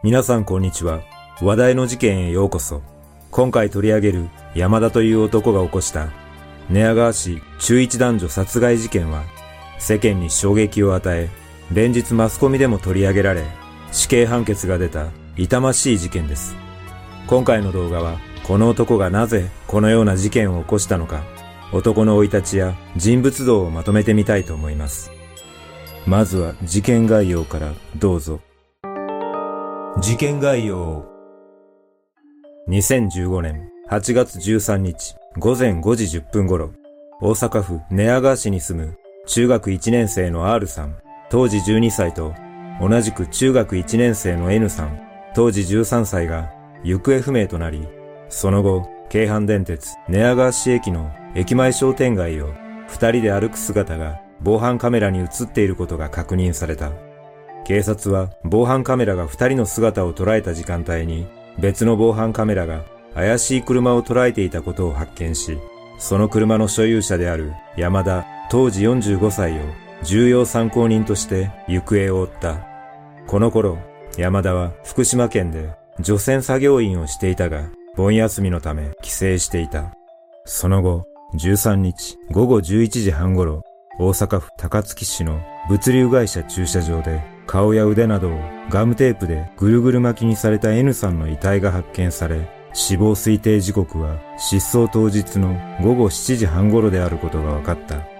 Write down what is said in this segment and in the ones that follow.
皆さんこんにちは。話題の事件へようこそ。今回取り上げる山田という男が起こした寝屋川市中一男女殺害事件は世間に衝撃を与え、連日マスコミでも取り上げられ、死刑判決が出た痛ましい事件です。今回の動画はこの男がなぜこのような事件を起こしたのか、男の生い立ちや人物像をまとめてみたいと思います。まずは事件概要からどうぞ。事件概要。2015年8月13日午前5時10分頃、大阪府寝屋川市に住む中学1年生の R さん、当時12歳と、同じく中学1年生の N さん、当時13歳が行方不明となり、その後、京阪電鉄寝屋川市駅の駅前商店街を二人で歩く姿が防犯カメラに映っていることが確認された。警察は防犯カメラが二人の姿を捉えた時間帯に別の防犯カメラが怪しい車を捉えていたことを発見し、その車の所有者である山田当時45歳を重要参考人として行方を追った。この頃、山田は福島県で除染作業員をしていたが、盆休みのため帰省していた。その後、13日午後11時半頃、大阪府高槻市の物流会社駐車場で顔や腕などをガムテープでぐるぐる巻きにされた N さんの遺体が発見され、死亡推定時刻は失踪当日の午後7時半頃であることが分かった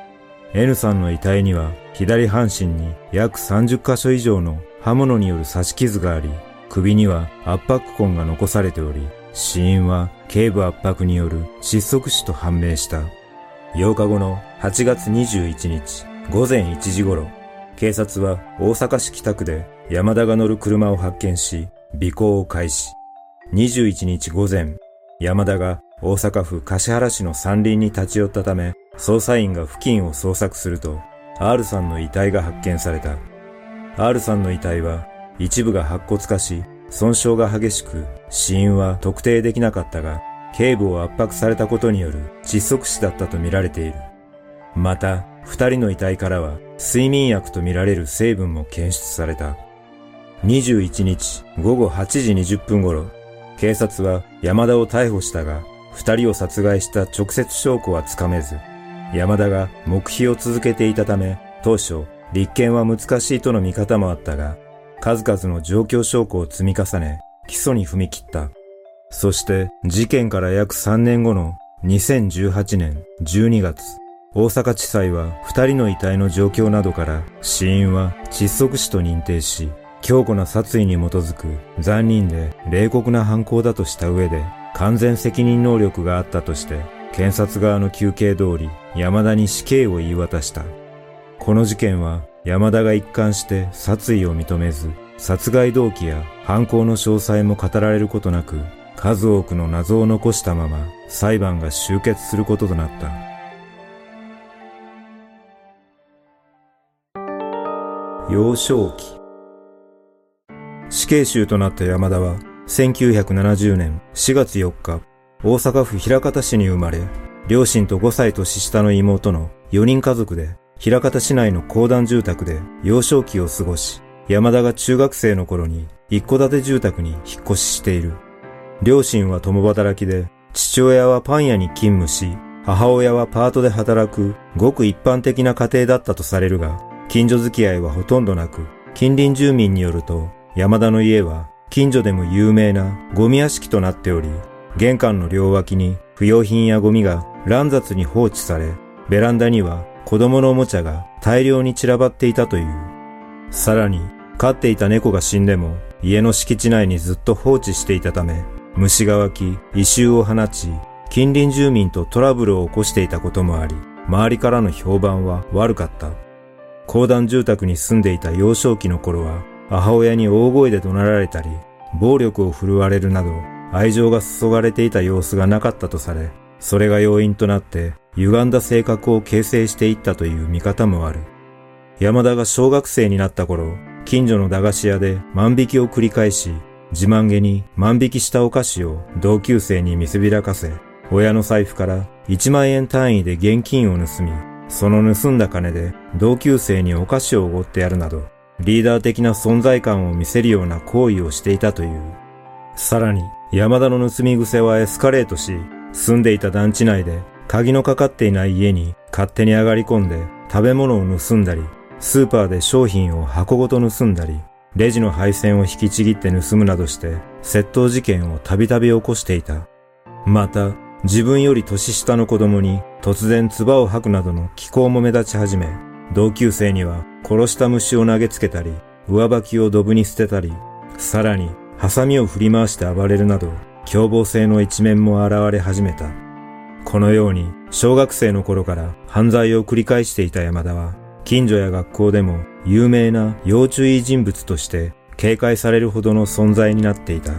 。N さんの遺体には左半身に約30カ所以上の刃物による刺し傷があり、首には圧迫痕が残されており、死因は頸部圧迫による窒息死と判明した。8日後の8月21日午前1時頃、警察は大阪市北区で山田が乗る車を発見し、尾行を開始。21日午前、山田が大阪府橿原市の山林に立ち寄ったため、捜査員が付近を捜索すると、R さんの遺体が発見された。R さんの遺体は一部が白骨化し、損傷が激しく、死因は特定できなかったが、頸部を圧迫されたことによる窒息死だったと見られている。また、二人の遺体からは睡眠薬と見られる成分も検出された。21日午後8時20分頃、警察は山田を逮捕したが、二人を殺害した直接証拠はつかめず、山田が黙秘を続けていたため、当初、立件は難しいとの見方もあったが、数々の状況証拠を積み重ね、起訴に踏み切った。そして事件から約3年後の2018年12月、大阪地裁は二人の遺体の状況などから死因は窒息死と認定し、強固な殺意に基づく残忍で冷酷な犯行だとした上で、完全責任能力があったとして検察側の求刑通り山田に死刑を言い渡した。この事件は山田が一貫して殺意を認めず、殺害動機や犯行の詳細も語られることなく、数多くの謎を残したまま裁判が終結することとなった。幼少期。死刑囚となった山田は1970年4月4日、大阪府枚方市に生まれ、両親と5歳年下の妹の4人家族で枚方市内の公団住宅で幼少期を過ごし、山田が中学生の頃に一戸建て住宅に引っ越ししている。両親は共働きで、父親はパン屋に勤務し、母親はパートで働くごく一般的な家庭だったとされるが、近所付き合いはほとんどなく、近隣住民によると、山田の家は近所でも有名なゴミ屋敷となっており、玄関の両脇に不要品やゴミが乱雑に放置され、ベランダには子供のおもちゃが大量に散らばっていたという。さらに、飼っていた猫が死んでも家の敷地内にずっと放置していたため、虫が湧き、異臭を放ち、近隣住民とトラブルを起こしていたこともあり、周りからの評判は悪かった。公団住宅に住んでいた幼少期の頃は、母親に大声で怒鳴られたり、暴力を振るわれるなど、愛情が注がれていた様子がなかったとされ、それが要因となって、歪んだ性格を形成していったという見方もある。山田が小学生になった頃、近所の駄菓子屋で万引きを繰り返し、自慢げに万引きしたお菓子を同級生に見せびらかせ、親の財布から1万円単位で現金を盗み、その盗んだ金で同級生にお菓子をおごってやるなど、 リーダー的な存在感を見せるような行為をしていたという。さらに、山田の盗み癖はエスカレートし、住んでいた団地内で鍵のかかっていない家に勝手に上がり込んで食べ物を盗んだり、スーパーで商品を箱ごと盗んだり、レジの配線を引きちぎって盗むなどして窃盗事件をたびたび起こしていた。また、自分より年下の子供に突然唾を吐くなどの奇行も目立ち始め、同級生には殺した虫を投げつけたり、上履きをドブに捨てたり、さらにハサミを振り回して暴れるなど、凶暴性の一面も現れ始めた。このように小学生の頃から犯罪を繰り返していた山田は、近所や学校でも有名な要注意人物として警戒されるほどの存在になっていた。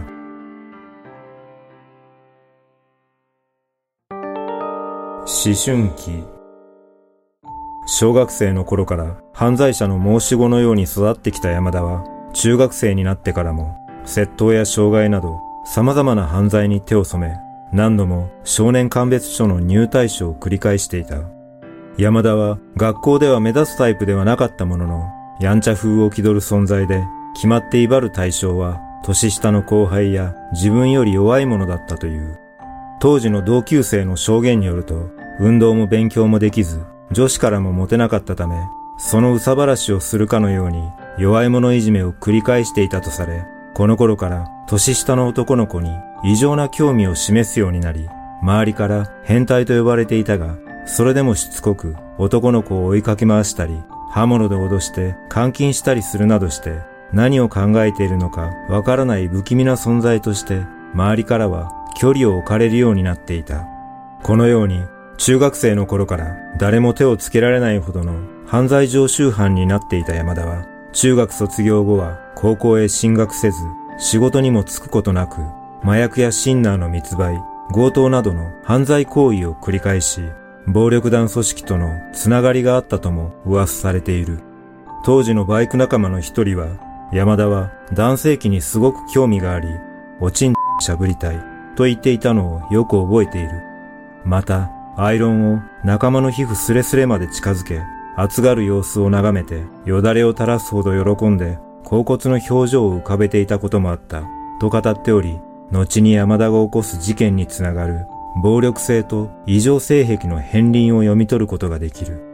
思春期。小学生の頃から犯罪者の申し子のように育ってきた山田は、中学生になってからも窃盗や傷害など様々な犯罪に手を染め、何度も少年鑑別所の入隊所を繰り返していた。山田は学校では目立つタイプではなかったものの、やんちゃ風を気取る存在で、決まって威張る対象は年下の後輩や自分より弱いものだったという。当時の同級生の証言によると、運動も勉強もできず、女子からもモテなかったため、その憂さ晴らしをするかのように弱い者いじめを繰り返していたとされ、この頃から年下の男の子に異常な興味を示すようになり、周りから変態と呼ばれていたが、それでもしつこく男の子を追いかけ回したり、刃物で脅して監禁したりするなどして、何を考えているのかわからない不気味な存在として、周りからは距離を置かれるようになっていた。このように、中学生の頃から誰も手をつけられないほどの犯罪常習犯になっていた山田は、中学卒業後は高校へ進学せず、仕事にも就くことなく、麻薬やシンナーの密売、強盗などの犯罪行為を繰り返し、暴力団組織とのつながりがあったとも噂されている。当時のバイク仲間の一人は、山田は男性器にすごく興味があり、おちんしゃぶりたいと言っていたのをよく覚えている。また、アイロンを仲間の皮膚スレスレまで近づけ、熱がる様子を眺めてよだれを垂らすほど喜んで恍惚の表情を浮かべていたこともあったと語っており、後に山田が起こす事件につながる暴力性と異常性癖の片鱗を読み取ることができる。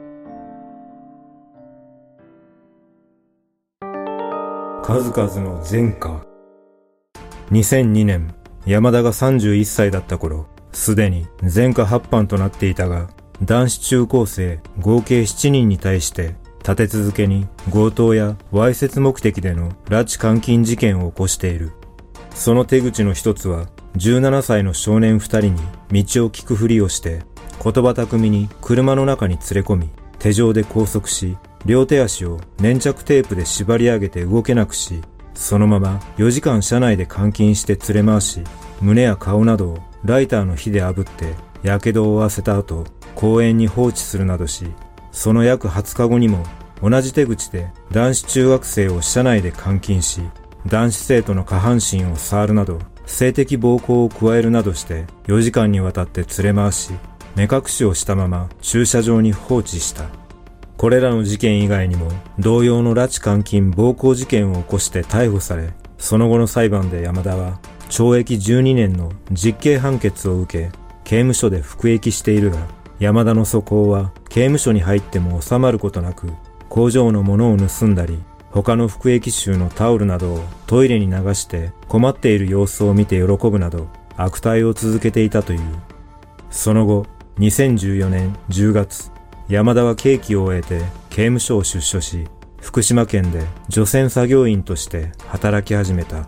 数々の前科。2002年、山田が31歳だった頃、すでに前科8犯となっていたが、男子中高生合計7人に対して立て続けに強盗やわいせつ目的での拉致監禁事件を起こしている。その手口の一つは、17歳の少年2人に道を聞くふりをして、言葉巧みに車の中に連れ込み、手錠で拘束し、両手足を粘着テープで縛り上げて動けなくし、そのまま4時間車内で監禁して連れ回し、胸や顔などをライターの火で炙って火傷を負わせた後、公園に放置するなどし、その約20日後にも同じ手口で男子中学生を車内で監禁し、男子生徒の下半身を触るなど性的暴行を加えるなどして4時間にわたって連れ回し、目隠しをしたまま駐車場に放置した。これらの事件以外にも同様の拉致監禁暴行事件を起こして逮捕され、その後の裁判で山田は懲役12年の実刑判決を受け、刑務所で服役しているが、山田の素行は刑務所に入っても収まることなく、工場のものを盗んだり、他の服役囚のタオルなどをトイレに流して困っている様子を見て喜ぶなど悪態を続けていたという。その後、2014年10月、山田は刑期を終えて刑務所を出所し、福島県で除染作業員として働き始めた。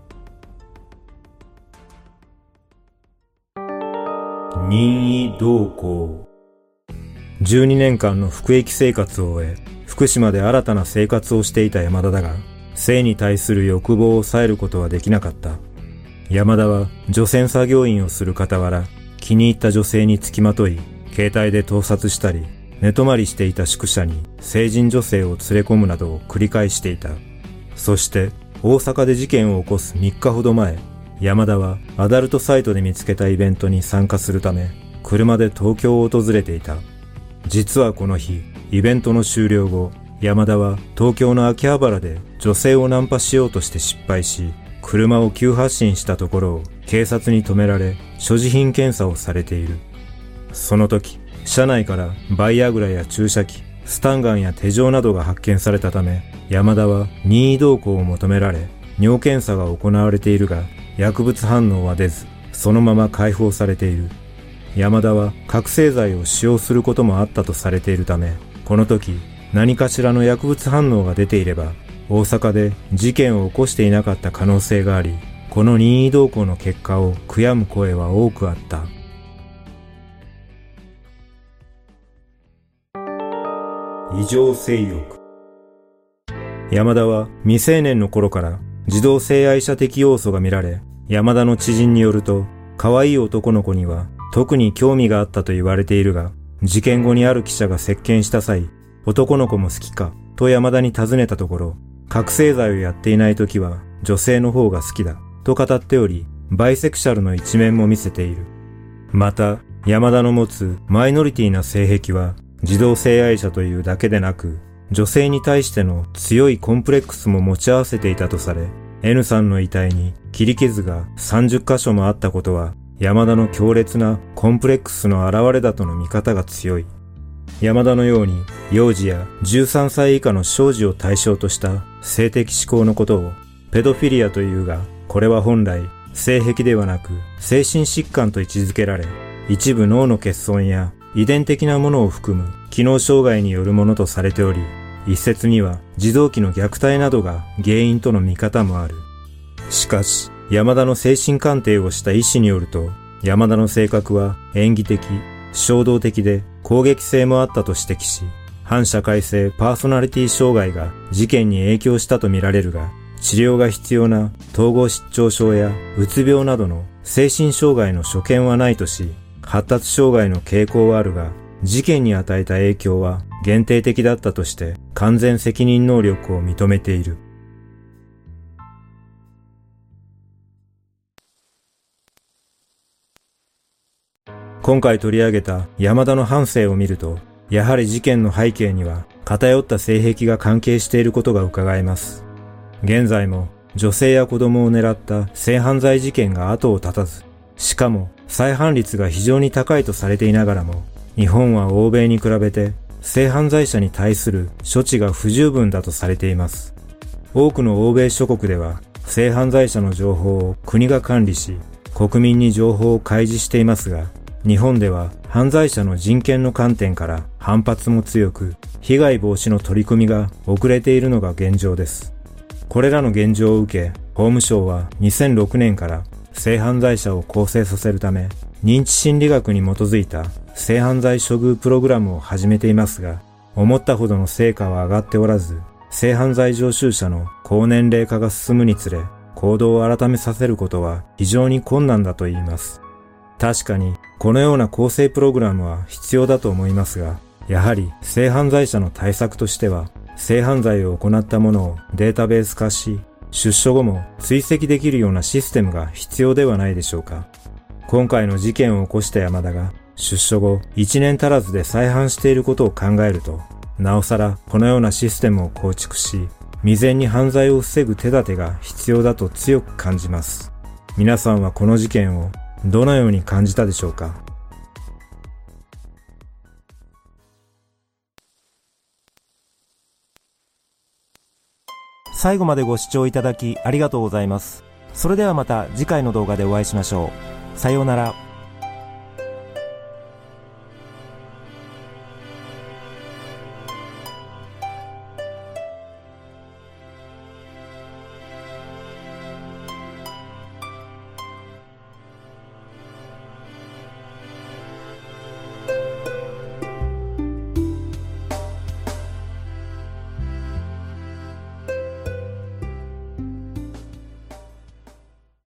任意同行。12年間の服役生活を終え、福島で新たな生活をしていた山田だが、性に対する欲望を抑えることはできなかった。山田は除染作業員をする傍ら、気に入った女性につきまとい、携帯で盗撮したり、寝泊まりしていた宿舎に成人女性を連れ込むなどを繰り返していた。そして大阪で事件を起こす3日ほど前、山田はアダルトサイトで見つけたイベントに参加するため、車で東京を訪れていた。実はこの日、イベントの終了後、 山田は東京の秋葉原で女性をナンパしようとして失敗し、車を急発進したところを警察に止められ、所持品検査をされている。その時、車内からバイアグラや注射器、スタンガンや手錠などが発見されたため、山田は任意同行を求められ、尿検査が行われているが、薬物反応は出ず、そのまま解放されている。山田は覚醒剤を使用することもあったとされているため、この時何かしらの薬物反応が出ていれば、大阪で事件を起こしていなかった可能性があり、この任意同行の結果を悔やむ声は多くあった。異常性欲。山田は未成年の頃から児童性愛者的要素が見られ、山田の知人によると、可愛い男の子には特に興味があったと言われているが、事件後にある記者が接見した際、男の子も好きかと山田に尋ねたところ、覚醒剤をやっていない時は女性の方が好きだと語っており、バイセクシャルの一面も見せている。また、山田の持つマイノリティな性癖は、児童性愛者というだけでなく、女性に対しての強いコンプレックスも持ち合わせていたとされ、N さんの遺体に切り傷が30箇所もあったことは、山田の強烈なコンプレックスの表れだとの見方が強い。山田のように幼児や13歳以下の少児を対象とした性的指向のことをペドフィリアというが、これは本来性癖ではなく精神疾患と位置づけられ、一部脳の欠損や遺伝的なものを含む機能障害によるものとされており、一説には児童期の虐待などが原因との見方もある。しかし、山田の精神鑑定をした医師によると、山田の性格は演技的、衝動的で攻撃性もあったと指摘し、反社会性パーソナリティ障害が事件に影響したとみられるが、治療が必要な統合失調症やうつ病などの精神障害の所見はないとし、発達障害の傾向はあるが、事件に与えた影響は限定的だったとして完全責任能力を認めている。今回取り上げた山田の半生を見ると、やはり事件の背景には偏った性癖が関係していることが伺えます。現在も女性や子供を狙った性犯罪事件が後を絶たず、しかも再犯率が非常に高いとされていながらも、日本は欧米に比べて性犯罪者に対する処置が不十分だとされています。多くの欧米諸国では性犯罪者の情報を国が管理し、国民に情報を開示していますが、日本では犯罪者の人権の観点から反発も強く、被害防止の取り組みが遅れているのが現状です。これらの現状を受け、法務省は2006年から性犯罪者を更生させるため、認知心理学に基づいた性犯罪処遇プログラムを始めていますが、思ったほどの成果は上がっておらず、性犯罪常習者の高年齢化が進むにつれ、行動を改めさせることは非常に困難だと言います。確かに、このような更生プログラムは必要だと思いますが、やはり性犯罪者の対策としては、性犯罪を行ったものをデータベース化し、出所後も追跡できるようなシステムが必要ではないでしょうか。今回の事件を起こした山田が出所後1年足らずで再犯していることを考えると、なおさらこのようなシステムを構築し、未然に犯罪を防ぐ手立てが必要だと強く感じます。皆さんはこの事件をどのように感じたでしょうか。 最後までご視聴いただきありがとうございます。それではまた次回の動画でお会いしましょう。さようなら。